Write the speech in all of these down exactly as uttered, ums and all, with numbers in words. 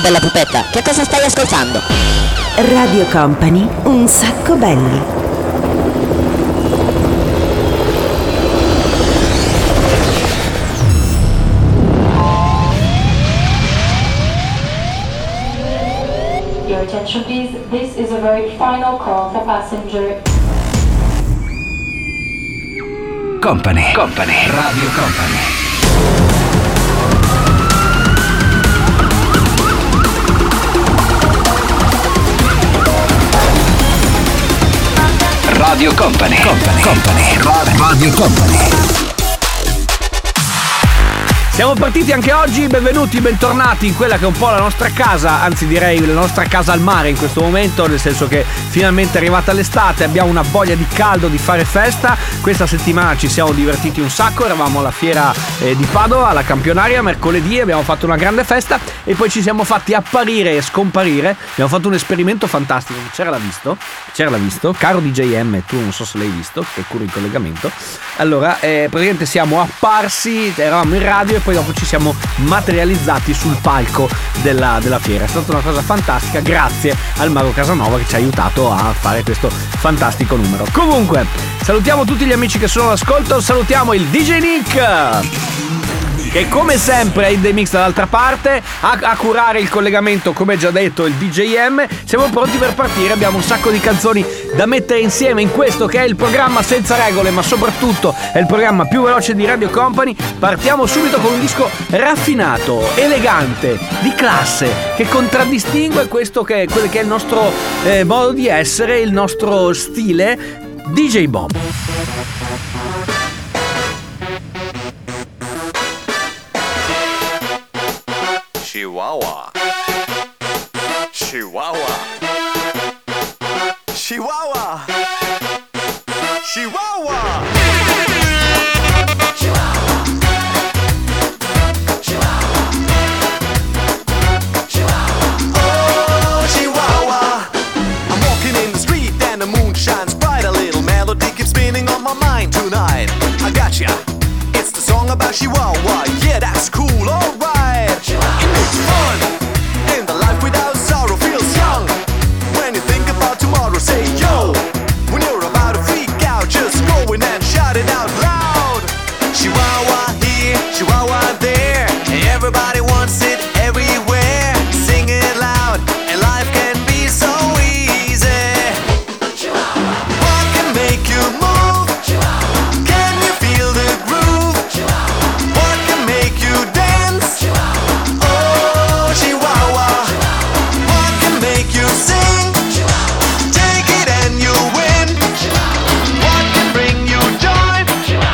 bella pupetta, che cosa stai ascoltando? Radio Company, un sacco belli. Your attention please, this is a very final call for passenger. Company, Company, Radio Company. Radio Company, Company, Company, Radio Company. Siamo partiti anche oggi, benvenuti, bentornati in quella che è un po' la nostra casa, anzi direi la nostra casa al mare in questo momento, nel senso che finalmente è arrivata l'estate, abbiamo una voglia di caldo, di fare festa. Questa settimana ci siamo divertiti un sacco, eravamo alla fiera eh, di Padova, alla campionaria, mercoledì abbiamo fatto una grande festa e poi ci siamo fatti apparire e scomparire. Abbiamo fatto un esperimento fantastico, c'era l'ha visto, c'era l'ha visto, caro D J M, tu non so se l'hai visto, che curo il collegamento. Allora, eh, praticamente siamo apparsi, eravamo in radio e poi dopo ci siamo materializzati sul palco della, della fiera. È stata una cosa fantastica, grazie al Mago Casanova che ci ha aiutato a fare questo fantastico numero. Comunque, salutiamo tutti gli amici che sono all'ascolto, salutiamo il D J Nick, che come sempre è in The Mix dall'altra parte a, a curare il collegamento, come già detto, il D J M. Siamo pronti per partire, abbiamo un sacco di canzoni da mettere insieme in questo che è il programma senza regole, ma soprattutto è il programma più veloce di Radio Company. Partiamo subito con un disco raffinato, elegante, di classe, che contraddistingue questo che è, quello che è il nostro eh, modo di essere, il nostro stile, D J Bob. Chihuahua, Chihuahua, Chihuahua, Chihuahua, oh Chihuahua. I'm walking in the street and the moon shines bright. A little melody keeps spinning on my mind tonight. I gotcha, it's the song about Chihuahua. Yeah, that's cool, alright. It's fun, and the life without sorrow feels young. When you think about tomorrow, say yo. When you're about to freak out, just go in and shout it out loud. Chihuahua here, Chihuahua there. Everybody wants it everywhere. Sing it loud, and life can be so easy. What can make you move? Can you feel the groove? What can make you dance? Oh, Chihuahua. What can make you sing? Take it and you win. What can bring you joy?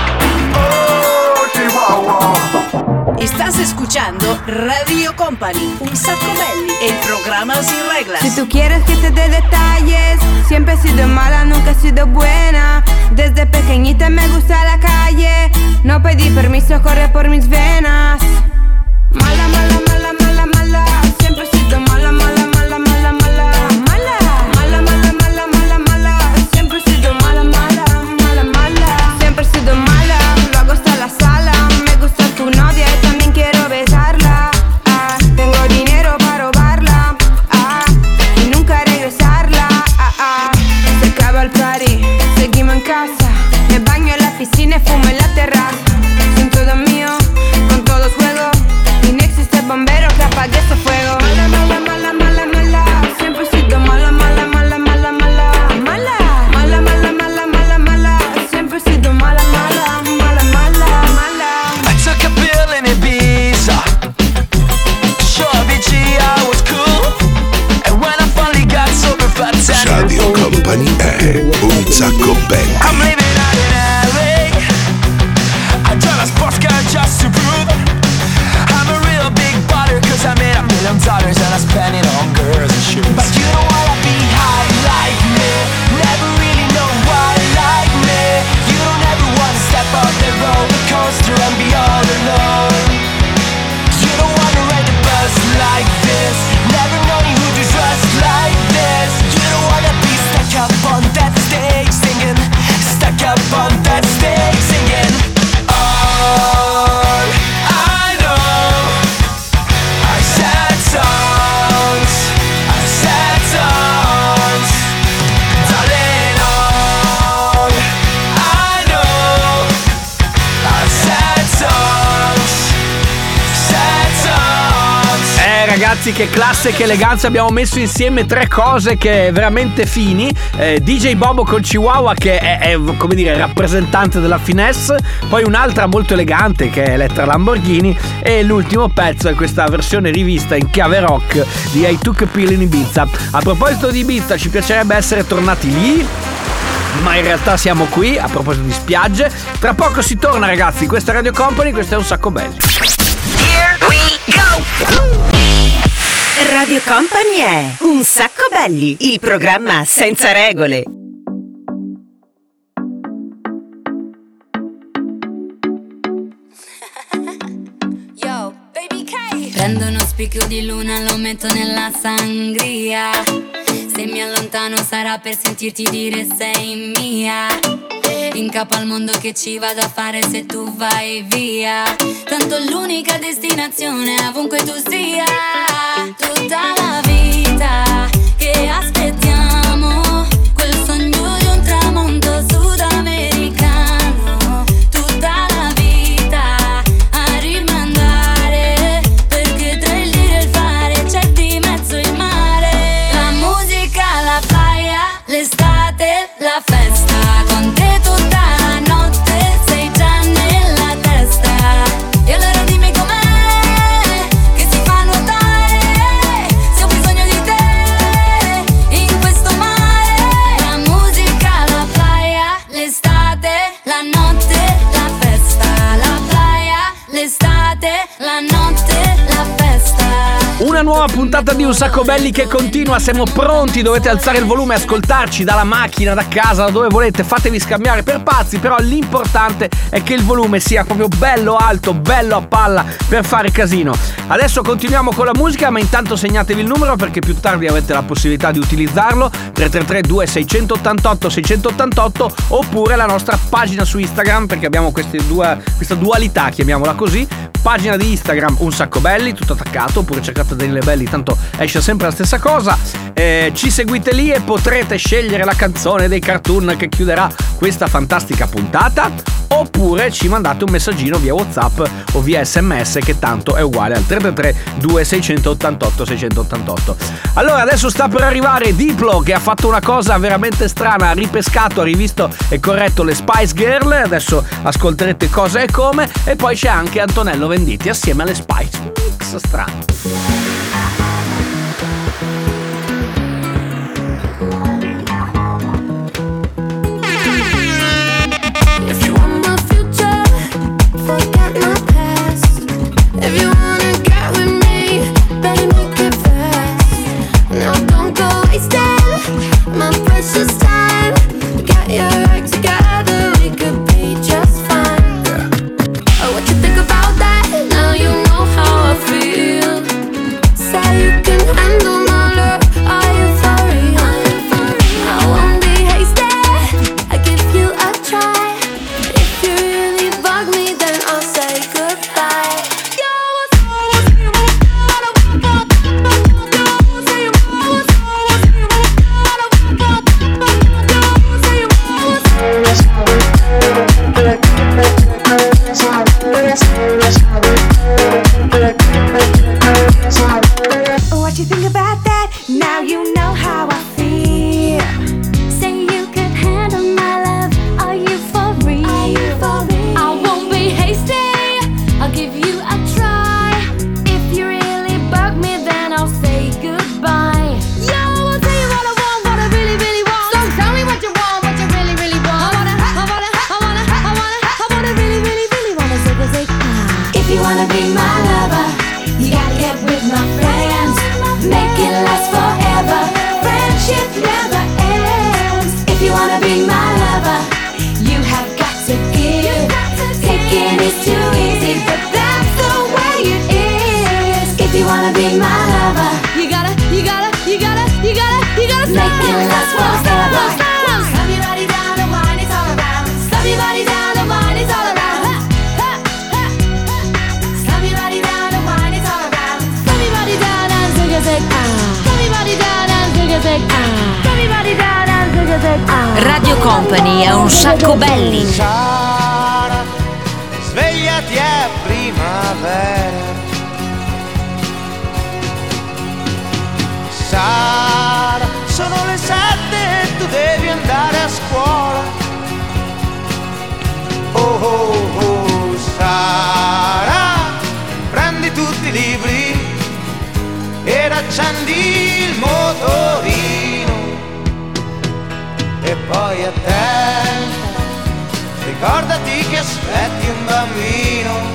Oh, Chihuahua. Estás escuchando Radio Company, un sacco belli, el programa sin reglas. Si tú quieres que te dé detalles, siempre he sido mala, nunca he sido buena. Desde pequeñita me gusta la calle, no pedí permiso, corre por mis venas. Mala, mala, mala, mala, mala, siempre he sido mala, mala, mala, mala, mala. Mala, mala, mala, mala, mala, mala, siempre he sido mala, mala, mala, mala. Siempre he sido mala, lo hago hasta la sala. Me gusta tu novia y también quiero besarla. Ah, tengo dinero para robarla. Ah, y nunca regresarla. Ah, ah. Se acaba el party, seguimos en casa. Me baño en la piscina y fumo en la terraza. Sin todo mío, con todos juego. Y no existe bombero que apague ese fuego. Mala, mala, mala, mala, mala. Siempre he sido mala, mala, mala, mala, mala. Mala, mala, mala, mala, mala, mala. Siempre he sido mala, mala, mala, mala, mala. I took a pill in Ibiza. Sure, B G, I was cool. And when I finally got sober, fat ten. Radio Company è un sacco belli. I'm living out in L A. I drive a sports car just to prove I'm a real big baller, cause I made a million dollars and I spend it on girls and shoes. But you don't wanna be high like me, never really know why like me. You don't ever wanna step on the roller coaster and be all alone. You don't wanna ride the bus like this, never knowing who to trust like this. You don't wanna be stuck up on that stage singing, stuck ragazzi, che classe, che eleganza. Abbiamo messo insieme tre cose che veramente fini. eh, D J Bobo con Chihuahua, che è, è come dire rappresentante della finesse. Poi un'altra molto elegante che è Elettra Lamborghini. E l'ultimo pezzo è questa versione rivista in chiave rock di I Took a Pill in Ibiza. A proposito di Ibiza, ci piacerebbe essere tornati lì, ma in realtà siamo qui. A proposito di spiagge, tra poco si torna, ragazzi. Questa è Radio Company, questo è Un Sacco Belli. Here we go! Radio Company è Un Sacco Belli, il programma senza regole. Yo, baby K. Prendo uno spicchio di luna, lo metto nella sangria. Se mi allontano sarà per sentirti dire sei mia. In capo al mondo che ci vado a fare se tu vai via. Tanto l'unica destinazione è ovunque tu sia. Tutta la vita che aspettiamo, quel sogno di un tramonto sudamericano. Tutta la vita a rimandare, perché tra il dire e il fare c'è di mezzo il mare. La musica, la playa, l'estate, la festa. Con te tutta la notte sei già nella testa. E allora dimmi com'è che si fa nuotare, se ho bisogno di te in questo mare. La musica, la playa, l'estate, la notte, la festa. La playa, l'estate, la notte, la festa. Una nuova puntata di Un Sacco Belli che continua. Siamo pronti, dovete alzare il volume e ascoltarci dalla macchina, da casa, da dove volete. Fatevi scambiare per pazzi, però l'importante è che il volume sia proprio bello alto, bello a palla, per fare casino. Adesso continuiamo con la musica, ma intanto segnatevi il numero, perché più tardi avete la possibilità di utilizzarlo. Tre tre tre due sei otto otto sei otto otto, oppure la nostra pagina su Instagram, perché abbiamo queste due, questa dualità, chiamiamola così. Pagina di Instagram Un Sacco Belli, tutto attaccato, oppure cercate Daniele Belli, tanto esce sempre la stessa cosa. Eh, ci seguite lì e potrete scegliere la canzone dei cartoon che chiuderà questa fantastica puntata, oppure ci mandate un messaggino via WhatsApp o via S M S, che tanto è uguale al tre tre tre due sei otto otto sei otto otto. Allora, adesso sta per arrivare Diplo, che ha fatto una cosa veramente strana, ha ripescato, ha rivisto e corretto le Spice Girl. Adesso ascolterete cosa e come. E poi c'è anche Antonello Venditti assieme alle Spice. Mix strano. Radio Company è Un Sacco Belli. Svegliati è primavera, Sara, sono le sette e tu devi andare a scuola. Oh oh oh, Sara, prendi tutti i libri ed accendi il motorino. E poi attenta, ricordati che aspetti un bambino.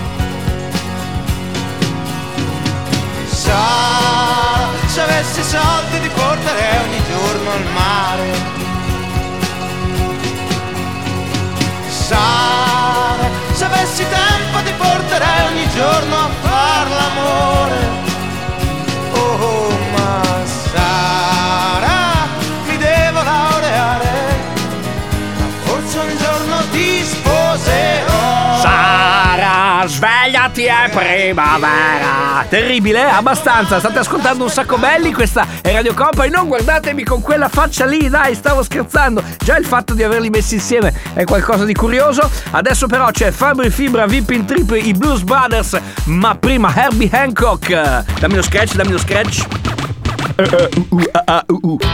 Sara, se avessi soldi ti porterei ogni giorno al mare. Sara, se avessi tempo ti porterei ogni giorno a far l'amore. Oh, oh ma Sara, mi devo laureare, ma forse un giorno ti sposerò. Sara, svegliati, è primavera. Terribile, eh? Abbastanza. State ascoltando Un Sacco Belli, questa è Radio Company. Non guardatemi con quella faccia lì, dai, stavo scherzando. Già il fatto di averli messi insieme è qualcosa di curioso. Adesso però c'è Fabri Fibra, V I P in Trip, i Blues Brothers, ma prima Herbie Hancock. Dammi lo scratch, dammi lo scratch. Uh, uh, uh, uh, uh, uh.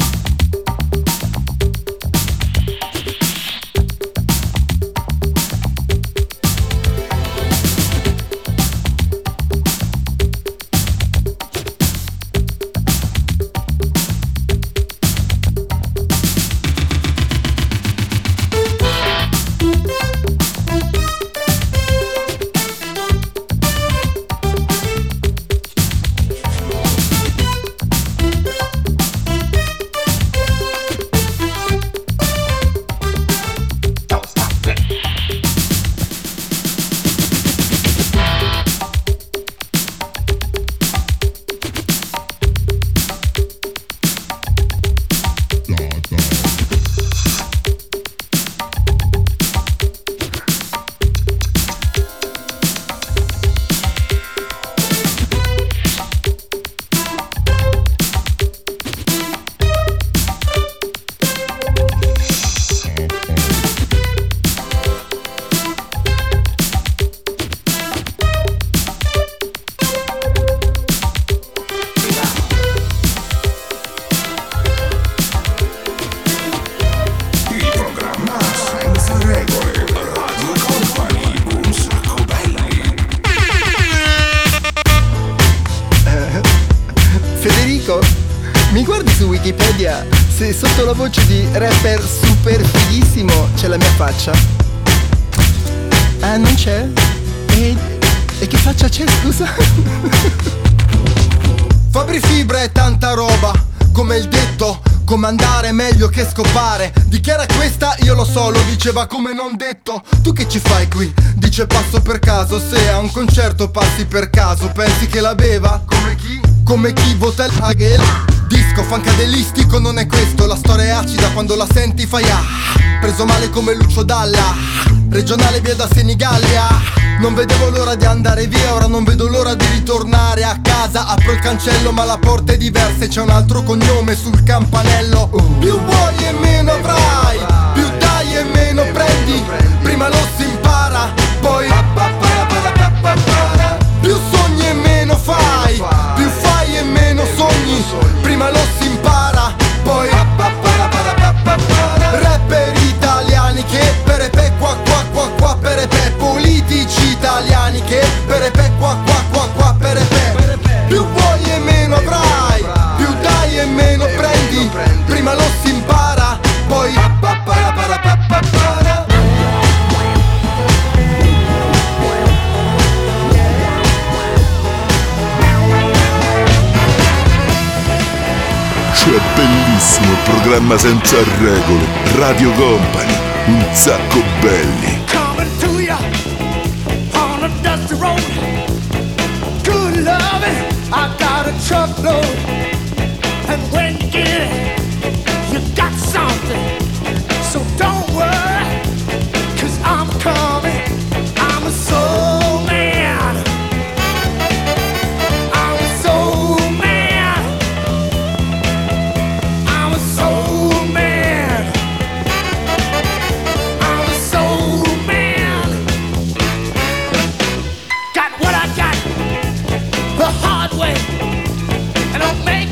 Mi guardi su Wikipedia se sotto la voce di rapper super fighissimo c'è la mia faccia? Ah, non c'è? E, e che faccia c'è, scusa? Fabri Fibra è tanta roba, come il detto, comandare è meglio che scopare. Dichiara questa, io lo so, lo diceva come non detto. Tu che ci fai qui? Dice passo per caso, se a un concerto passi per caso, pensi che la beva? Come chi? Come chi vota il Hagel. Disco fancadelistico non è questo, la storia è acida quando la senti fai ah. Preso male come Lucio Dalla, regionale via da Senigallia. Non vedevo l'ora di andare via, ora non vedo l'ora di ritornare a casa. Apro il cancello ma la porta è diversa e c'è un altro cognome sul campanello. uh. Più vuoi e meno avrai, più dai e meno prendi. Prima lo si impara, poi più sogni e meno fai, più fai e meno sogni. Prima lo si impara, poi rapper italiani che perepe qua qua qua qua perepe. Politici italiani che perepe qua qua qua qua perepe. Più vuoi e meno avrai, più dai e meno prendi. Prima lo si impara, poi C'è bellissimo il programma senza regole, Radio Company, Un Sacco Belli. Coming to ya on a dusty road. Good loving, I got a truckload. And when you get it, you got something. So don't worry, cause I'm coming. I'm a soul man. I'm a soul man. I'm a soul man. I'm a soul man. Got what I got the hard way, and don't make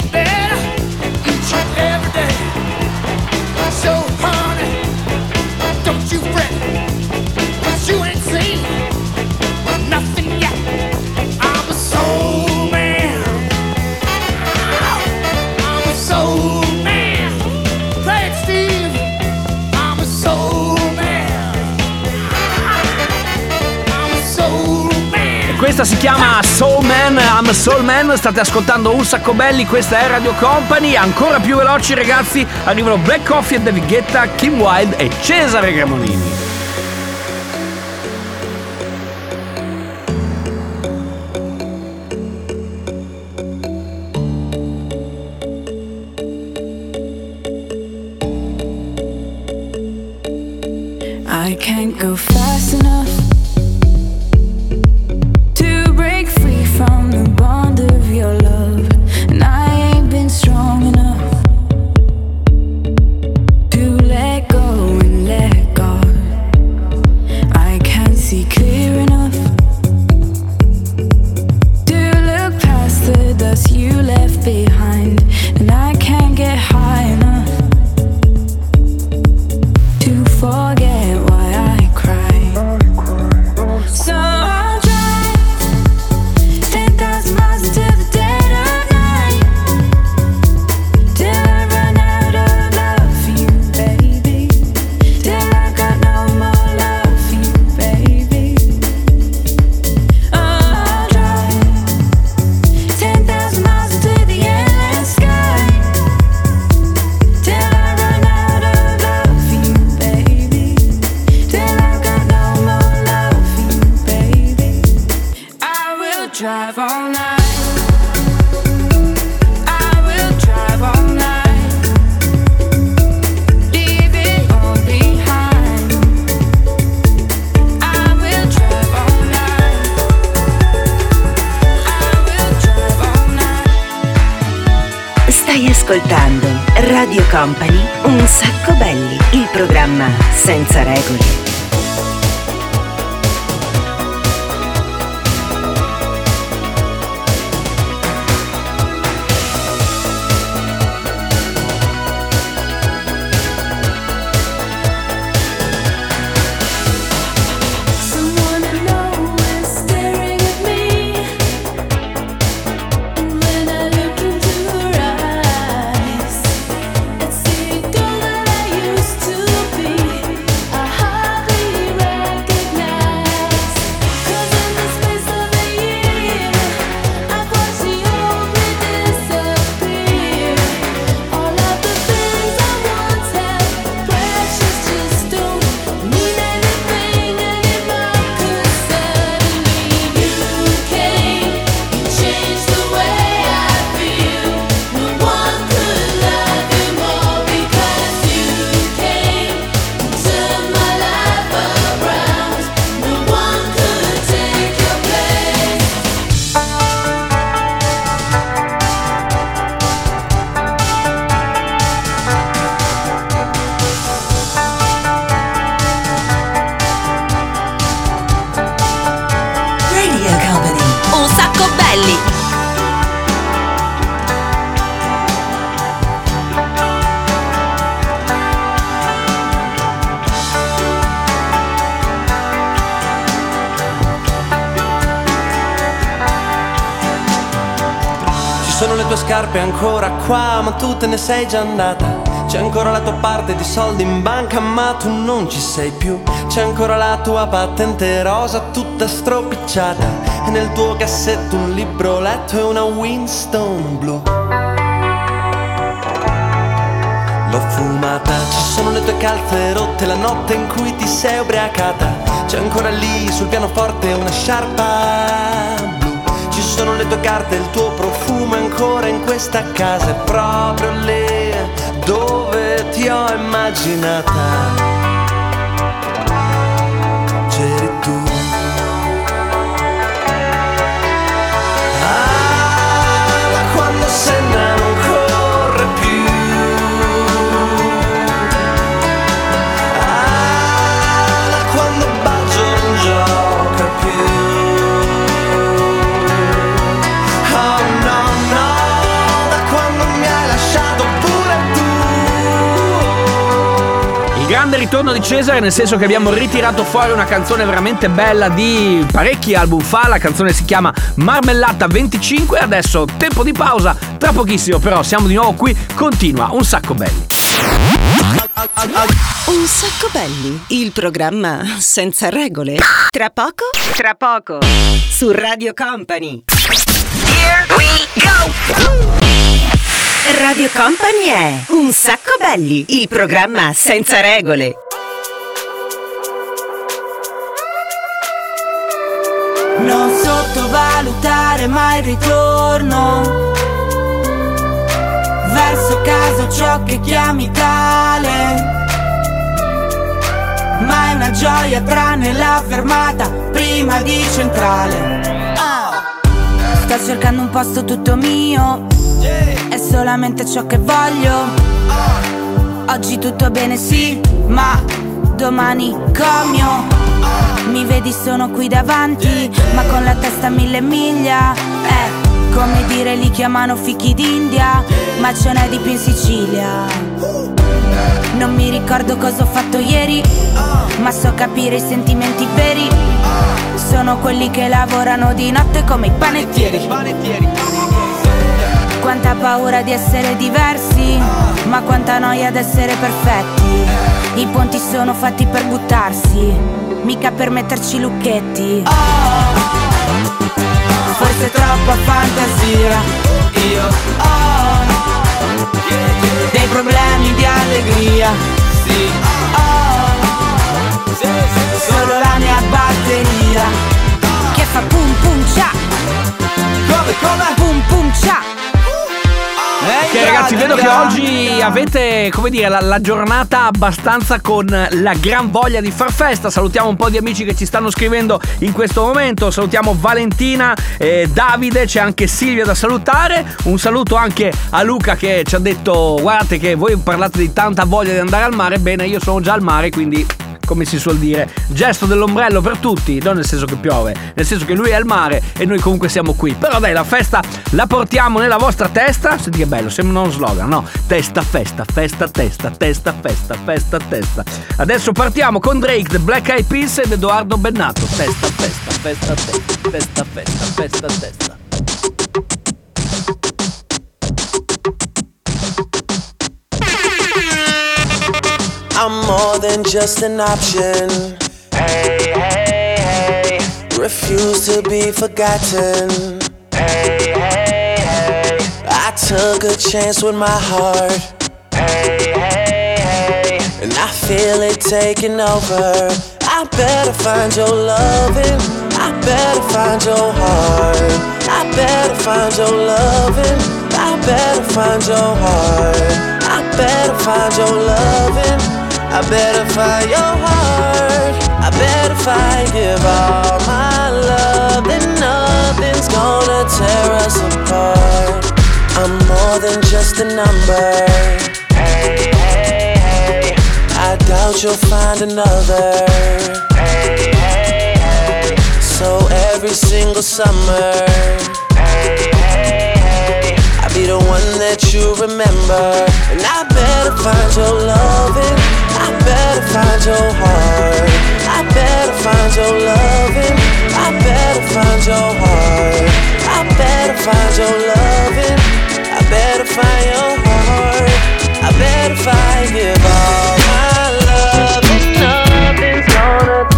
Questa si chiama Soul Man, I'm a Soul Man. State ascoltando Un Sacco Belli, questa è Radio Company. Ancora più veloci ragazzi, arrivano Black Coffee e David Guetta, Kim Wilde e Cesare Cremonini. I can't go fast enough to break free from the bond of your love, and I ain't been strong enough to let go and let God. I can't see clear enough to look past the dust you left behind, and I can't get high enough to forget why I cry. So I'll drive ten thousand miles into the dead of night till I run out of love for you, baby. Till I got no more love for you, baby. Oh, I'll drive ten thousand miles into the endless sky till I run out of love for you, baby. Till I got no more love for you, baby. I will drive all night. I will drive all night. Leave it all behind. I will drive all night. I will drive all night. Stai ascoltando Radio Company, Un Sacco Belli, il programma senza regole. Someone I know is staring at me, and when I look into her eyes, it's the girl that I used to be. I hardly recognize, 'cause in the space of a year, I've watched the old me disappear. All of the things I once held precious just don't mean anything anymore. 'Cause suddenly you came, you changed the way I feel. No one could love you more because you came and turned my life around. No one could take your place. Radio Company, Un Sacco Belli. Ci sono le tue scarpe ancora qua, ma tu te ne sei già andata. C'è ancora la tua parte di soldi in banca, ma tu non ci sei più. C'è ancora la tua patente rosa tutta stropicciata, e nel tuo cassetto un libro letto e una Winston blu. L'ho fumata. Ci sono le tue calze rotte, la notte in cui ti sei ubriacata. C'è ancora lì sul pianoforte una sciarpa blu. Ci sono le tue carte, il tuo profumo è ancora in questa casa. È proprio lì dove ti ho immaginata. C'eri tu. Ah, da quando Senna non corre più. Ah, da quando Baggio non gioca più. Oh no, no, da quando mi hai lasciato pure tu. Il grande ritorno di Cesare, nel senso che abbiamo ritirato fuori una canzone veramente bella di parecchi album fa. La canzone si chiama Marmellata venticinque. Adesso tempo di pausa, tra pochissimo però siamo di nuovo qui. Continua Un Sacco Belli. Un sacco belli, il programma senza regole. Tra poco, tra poco, su Radio Company. Here we go! Radio Company è Un sacco belli, il programma senza regole. Non sottovalutare mai il ritorno verso casa, ciò che chiami tale. Ma è una gioia tranne la fermata prima di centrale. oh. Sto cercando un posto tutto mio, è solamente ciò che voglio. Oggi tutto bene sì, ma domani comio. Mi vedi sono qui davanti, ma con la testa a mille miglia. È come dire li chiamano fichi d'India, ma ce n'è di più in Sicilia. Non mi ricordo cosa ho fatto ieri, ma so capire i sentimenti veri. Sono quelli che lavorano di notte come i panettieri. Quanta paura di essere diversi, ma quanta noia di essere perfetti. I ponti sono fatti per buttarsi, mica per metterci lucchetti. Oh, forse troppa fantasia. Io ho dei problemi di allegria. Sì, oh, solo la mia batteria che fa pum pum cia. Come, come? Pum pum cia. Ok ragazzi, vedo che oggi avete, come dire, la, la giornata abbastanza con la gran voglia di far festa. Salutiamo un po' di amici che ci stanno scrivendo in questo momento. Salutiamo Valentina, eh, Davide, c'è anche Silvia da salutare. Un saluto anche a Luca che ci ha detto: guardate che voi parlate di tanta voglia di andare al mare. Bene, io sono già al mare, quindi, come si suol dire, gesto dell'ombrello per tutti, non nel senso che piove, nel senso che lui è al mare e noi comunque siamo qui. Però dai, la festa la portiamo nella vostra testa. Senti che bello, sembra uno slogan, no? Testa, festa, festa, testa, testa, festa, festa, testa. Adesso partiamo con Drake, The Black Eyed Peas ed Edoardo Bennato. Testa, festa, festa, testa, testa, festa, festa, testa. I'm more than just an option. Hey, hey, hey. Refuse to be forgotten. Hey, hey, hey. I took a chance with my heart. Hey, hey, hey. And I feel it taking over. I better find your loving. I better find your heart. I better find your loving. I better find your heart. I better find your loving. I better find your heart. I better find, give all my love. Then nothing's gonna tear us apart. I'm more than just a number. Hey, hey, hey. I doubt you'll find another. Hey, hey, hey. So every single summer, hey, hey, hey. I'll be the one that you remember. And I better find your loving. I better find your heart. I better find your loving. I better find your heart. I better find your loving. I better find your heart. I better find, give all my love. And nothing's gonna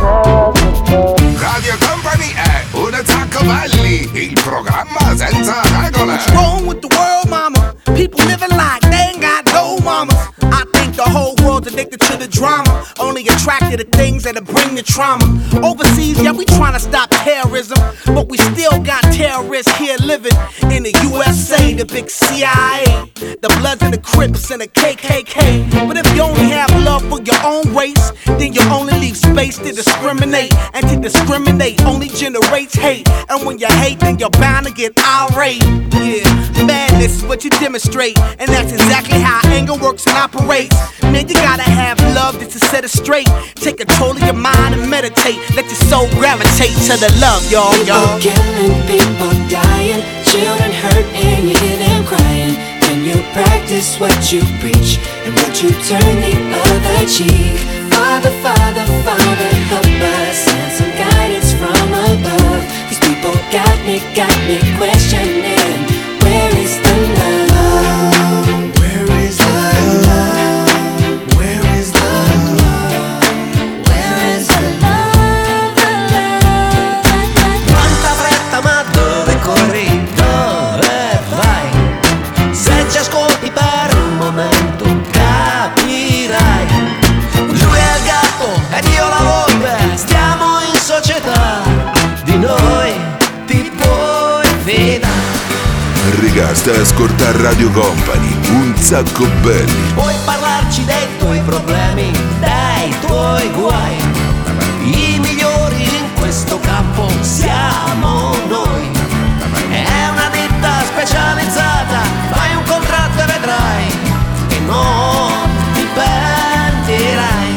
touch. Radio Company è Un Sacco Belli, il programma senza regole. What's wrong with the world, mama? People living like they ain't got no mamas. I think the whole world's addicted to the drama, only attracted to things that'll bring the trauma. Overseas, yeah, we trying to stop terrorism, but we still got terrorists here living in the U S A, the big C I A, the Bloods and the Crips and the K K K. But if you only have love for your own race, then you only leave space to discriminate, and to discriminate only generates hate. And when you hate, then you're bound to get irate. Yeah, madness is what you demonstrate, and that's exactly how anger works and operates. Man, you gotta have love just to set it straight. Take control of your mind and meditate. Let your soul gravitate to the love, y'all, y'all. People killing, people dying, children hurt and you hear them crying. When you practice what you preach, and would you turn the other cheek? Father, Father, Father, help us, send some guidance from above. These people got me, got me questioning, where is the love? Where is the love? Stai ascoltando Radio Company, un sacco belli. Puoi parlarci dei tuoi problemi, dei tuoi guai. I migliori in questo campo siamo noi. È una ditta specializzata, fai un contratto e vedrai che non ti pentirai.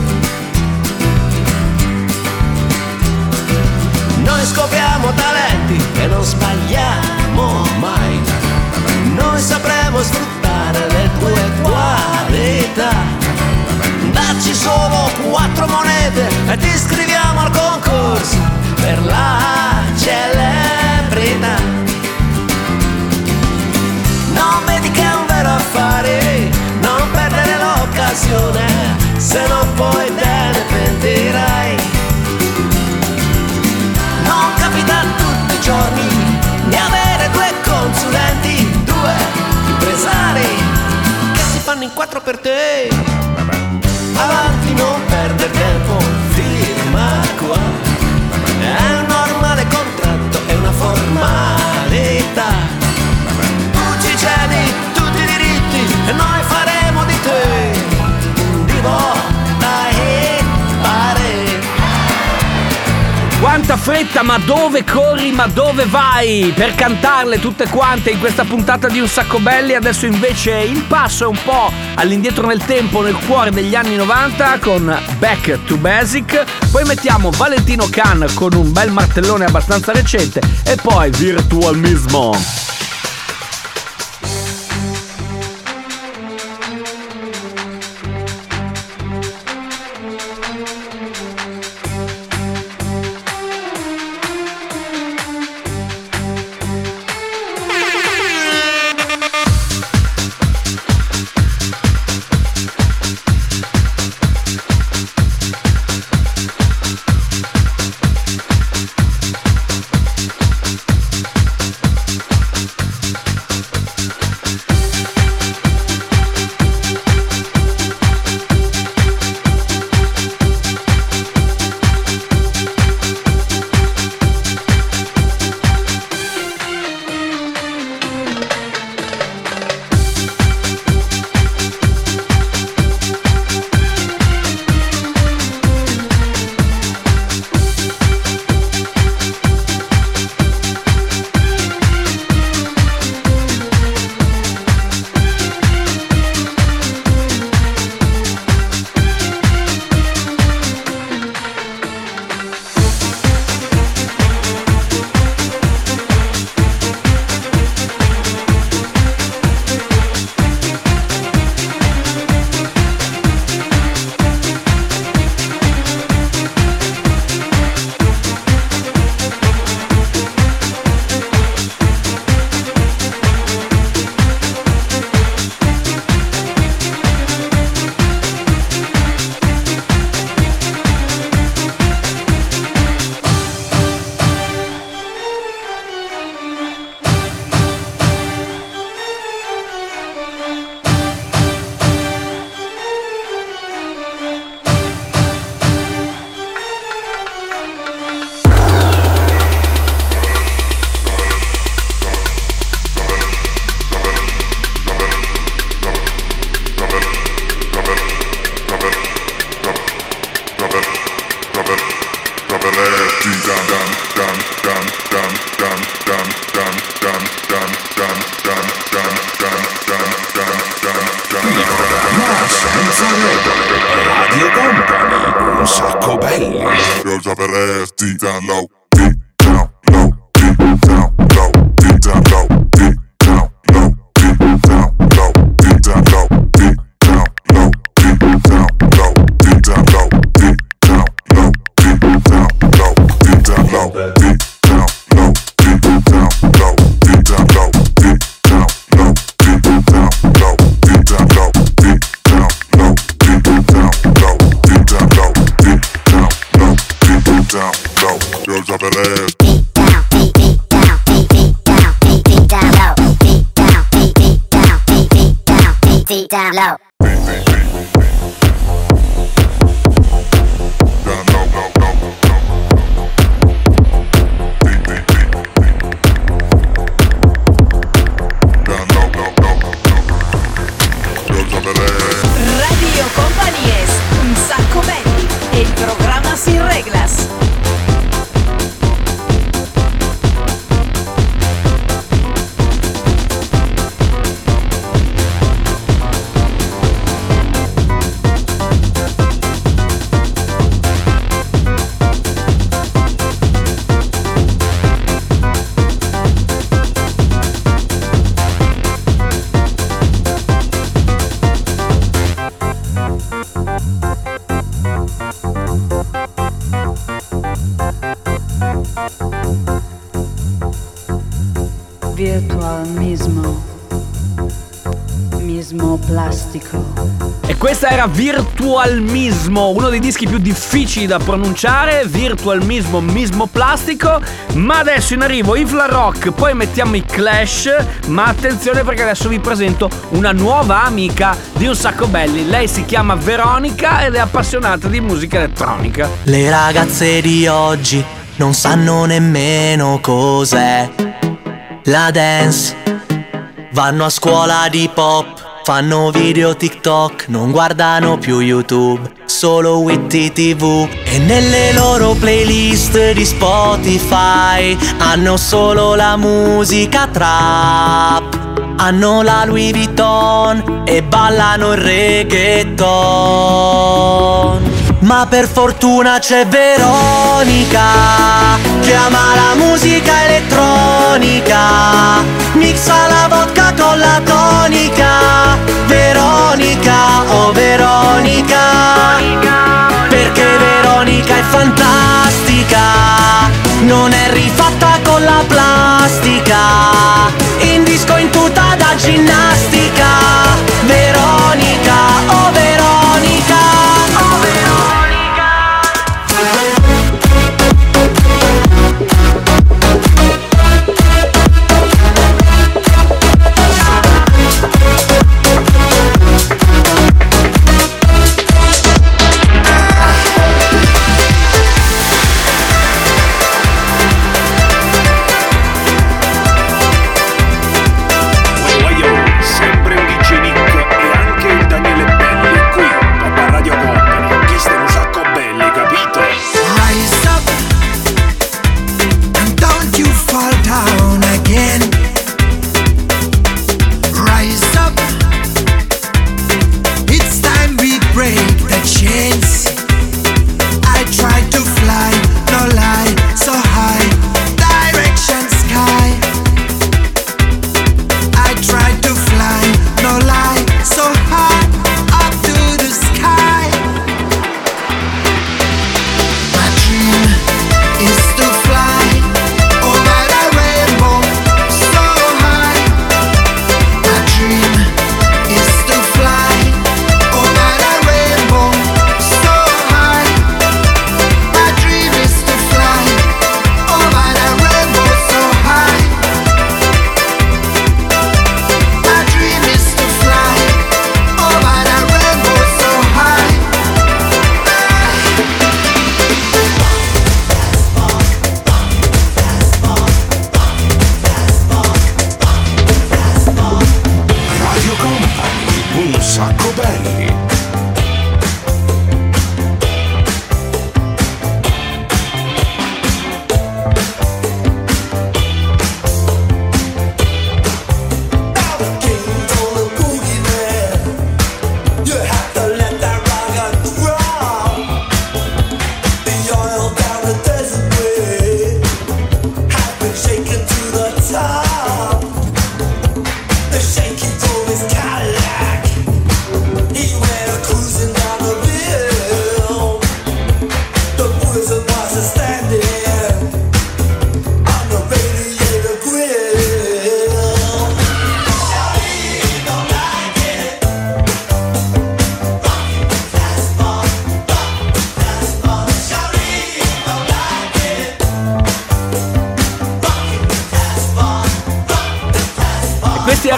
Noi scopriamo talenti e non sbagliamo mai. Noi sapremo sfruttare le tue qualità. Dacci solo quattro monete e ti iscriviamo al concorso per la celebrità. Non vedi che è un vero affare, non perdere l'occasione, se no poi te ne pentirai. Non capita tutti i giorni di avere due consulenti, due impresari che si fanno in quattro per te. Avanti, non perdere tempo, firma qua. È un normale contratto, è una formalità. Tu ci cedi tutti i diritti e noi faremo di te un divorta e pare. Quanta fretta, ma dove corri, ma dove vai? Per cantarle tutte quante in questa puntata di Un Sacco Belli. Adesso invece il passo è un po' all'indietro nel tempo, nel cuore degli anni novanta con Back to Basic. Poi mettiamo Valentino Can con un bel martellone abbastanza recente e poi Virtual Mismo. Radio Company, un sacco belli. Io sapresti down low. Down low. Radio Company es Un Sacco Belli, el programa sin reglas. Virtual mismo, mismo plastico. E questa era Virtual Mismo, uno dei dischi più difficili da pronunciare. Virtual Mismo, mismo plastico. Ma adesso in arrivo Yves La Rock, poi mettiamo i Clash. Ma attenzione, perché adesso vi presento una nuova amica di Un Sacco Belli. Lei si chiama Veronica ed è appassionata di musica elettronica. Le ragazze di oggi non sanno nemmeno cos'è la dance. Vanno a scuola di pop, fanno video TikTok, non guardano più YouTube, solo Witty tivù. E nelle loro playlist di Spotify hanno solo la musica trap. Hanno la Louis Vuitton e ballano il reggaeton. Ma per fortuna c'è Veronica che ama la musica elettronica, mixa la vodka con la tonica. Veronica, oh Veronica, perché Veronica è fantastica, non è rifatta con la plastica, in disco in tuta da ginnastica. Veronica, oh Veronica, oh Veronica.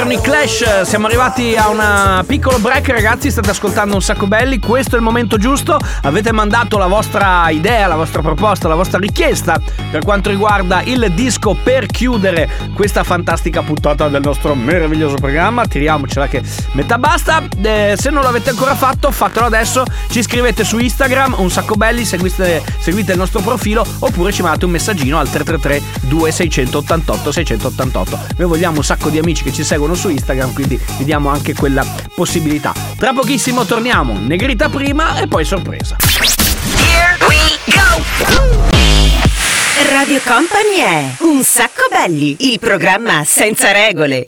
erano i Clash. Siamo arrivati a un piccolo break, ragazzi. State ascoltando Un Sacco Belli. Questo è il momento giusto. Avete mandato la vostra idea, la vostra proposta, la vostra richiesta per quanto riguarda il disco per chiudere questa fantastica puntata del nostro meraviglioso programma. Tiriamocela che metà basta. eh, Se non l'avete ancora fatto, fatelo adesso. Ci scrivete su Instagram Un Sacco Belli, seguite, seguite il nostro profilo, oppure ci mandate un messaggino al tre tre tre due sei otto otto sei otto otto. Noi vogliamo un sacco di amici che ci seguono su Instagram, quindi vi diamo anche quella possibilità. Tra pochissimo torniamo, Negrita prima e poi sorpresa. Here we go! Radio Company è Un Sacco Belli, il programma senza regole.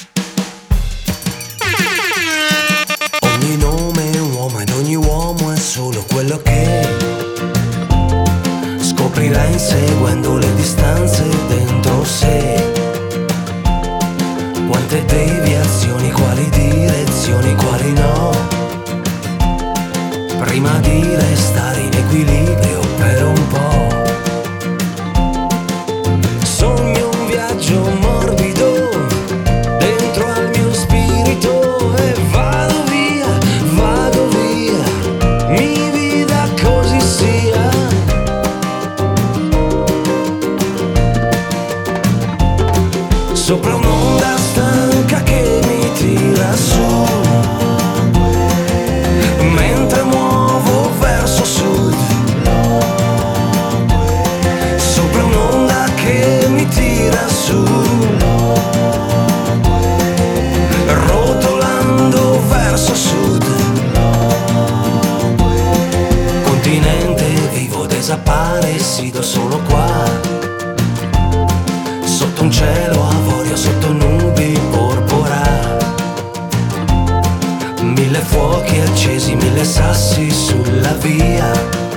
Ogni nome è un uomo ed ogni uomo è solo quello che scoprirà inseguendo le distanze dentro sé. Quante deviazioni, quali direzioni, quali no, prima di restare in equilibrio per un po'. Sogno un viaggio morbido dentro al mio spirito e vado via, vado via, mi vida così sia. Sopra un'onda stanca che mi tira su, mentre muovo verso sud. Sopra un'onda che mi tira su, rotolando verso sud. Continente vivo, desaparecido solo qua, sotto un cielo avorio, sotto nubi porpora. Mille fuochi accesi, mille sassi sulla via,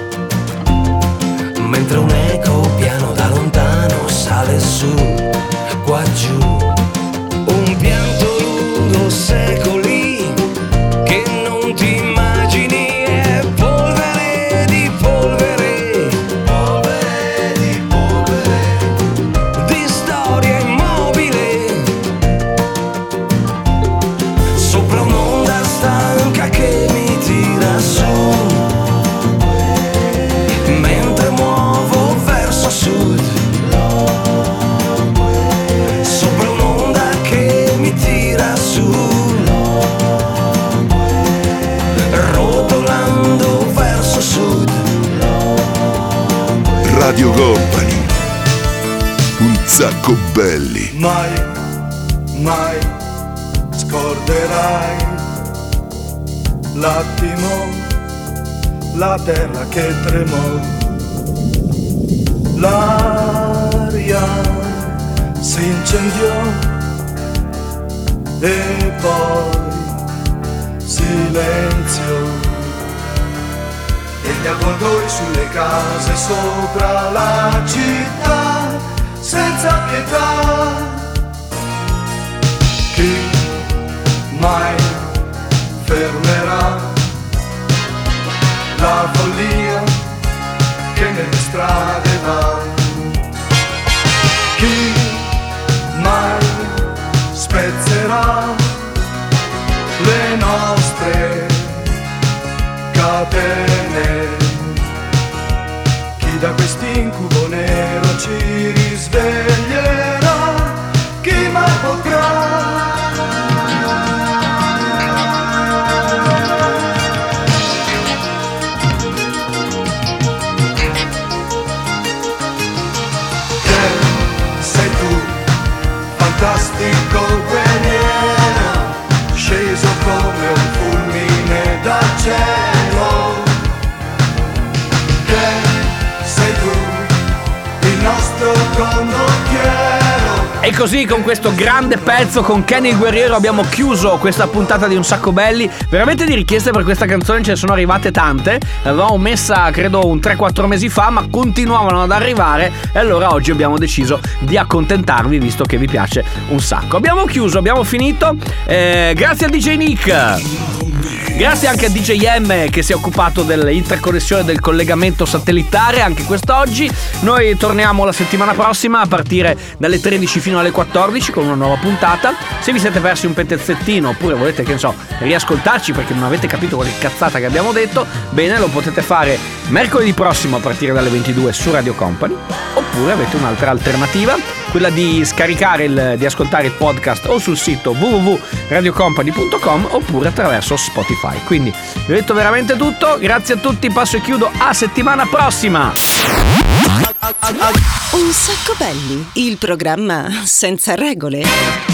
mentre un eco piano da lontano sale su, qua giù. Un pianto lungo secoli che non ti immagini, è polvere di polvere, polvere di polvere, di storia immobile. Sopra un'onda stanca che mi tira su, mentre muovo verso sud. Sopra un'onda che mi tira su, rotolando verso sud. Radio Company, Un Sacco Belli. Mai, mai scorderai l'attimo, la terra che tremò, l'aria si incendiò e poi silenzio, e gli avvoltoi sulle case sopra la città senza pietà. Chi mai fermerà la follia che nelle strade va? Chi mai spezzerà le nostre catene? Chi da quest'incubo nero ci risveglierà? Chi mai potrà? Fantastico guerriero, sceso come un fulmine dal cielo. Che sei tu, il nostro condottiero. E così, con questo grande pezzo con Kenny il Guerriero, abbiamo chiuso questa puntata di Un Sacco Belli. Veramente di richieste per questa canzone ce ne sono arrivate tante. L'avevamo messa credo un tre quattro mesi fa, ma continuavano ad arrivare, e allora oggi abbiamo deciso di accontentarvi, visto che vi piace un sacco. Abbiamo chiuso, abbiamo finito. eh, Grazie a D J Nick, grazie anche a D J M che si è occupato dell'interconnessione, del collegamento satellitare anche quest'oggi. Noi torniamo la settimana prossima a partire dalle tredici fino fino alle quattordici con una nuova puntata. Se vi siete persi un pezzettino oppure volete, che ne so, riascoltarci perché non avete capito qualche cazzata che abbiamo detto, bene, lo potete fare mercoledì prossimo a partire dalle ventidue su Radio Company, oppure avete un'altra alternativa, quella di scaricare il, di ascoltare il podcast o sul sito w w w punto radio company punto com oppure attraverso Spotify. Quindi vi ho detto veramente tutto, grazie a tutti, passo e chiudo, a settimana prossima. Un sacco belli, il programma senza regole.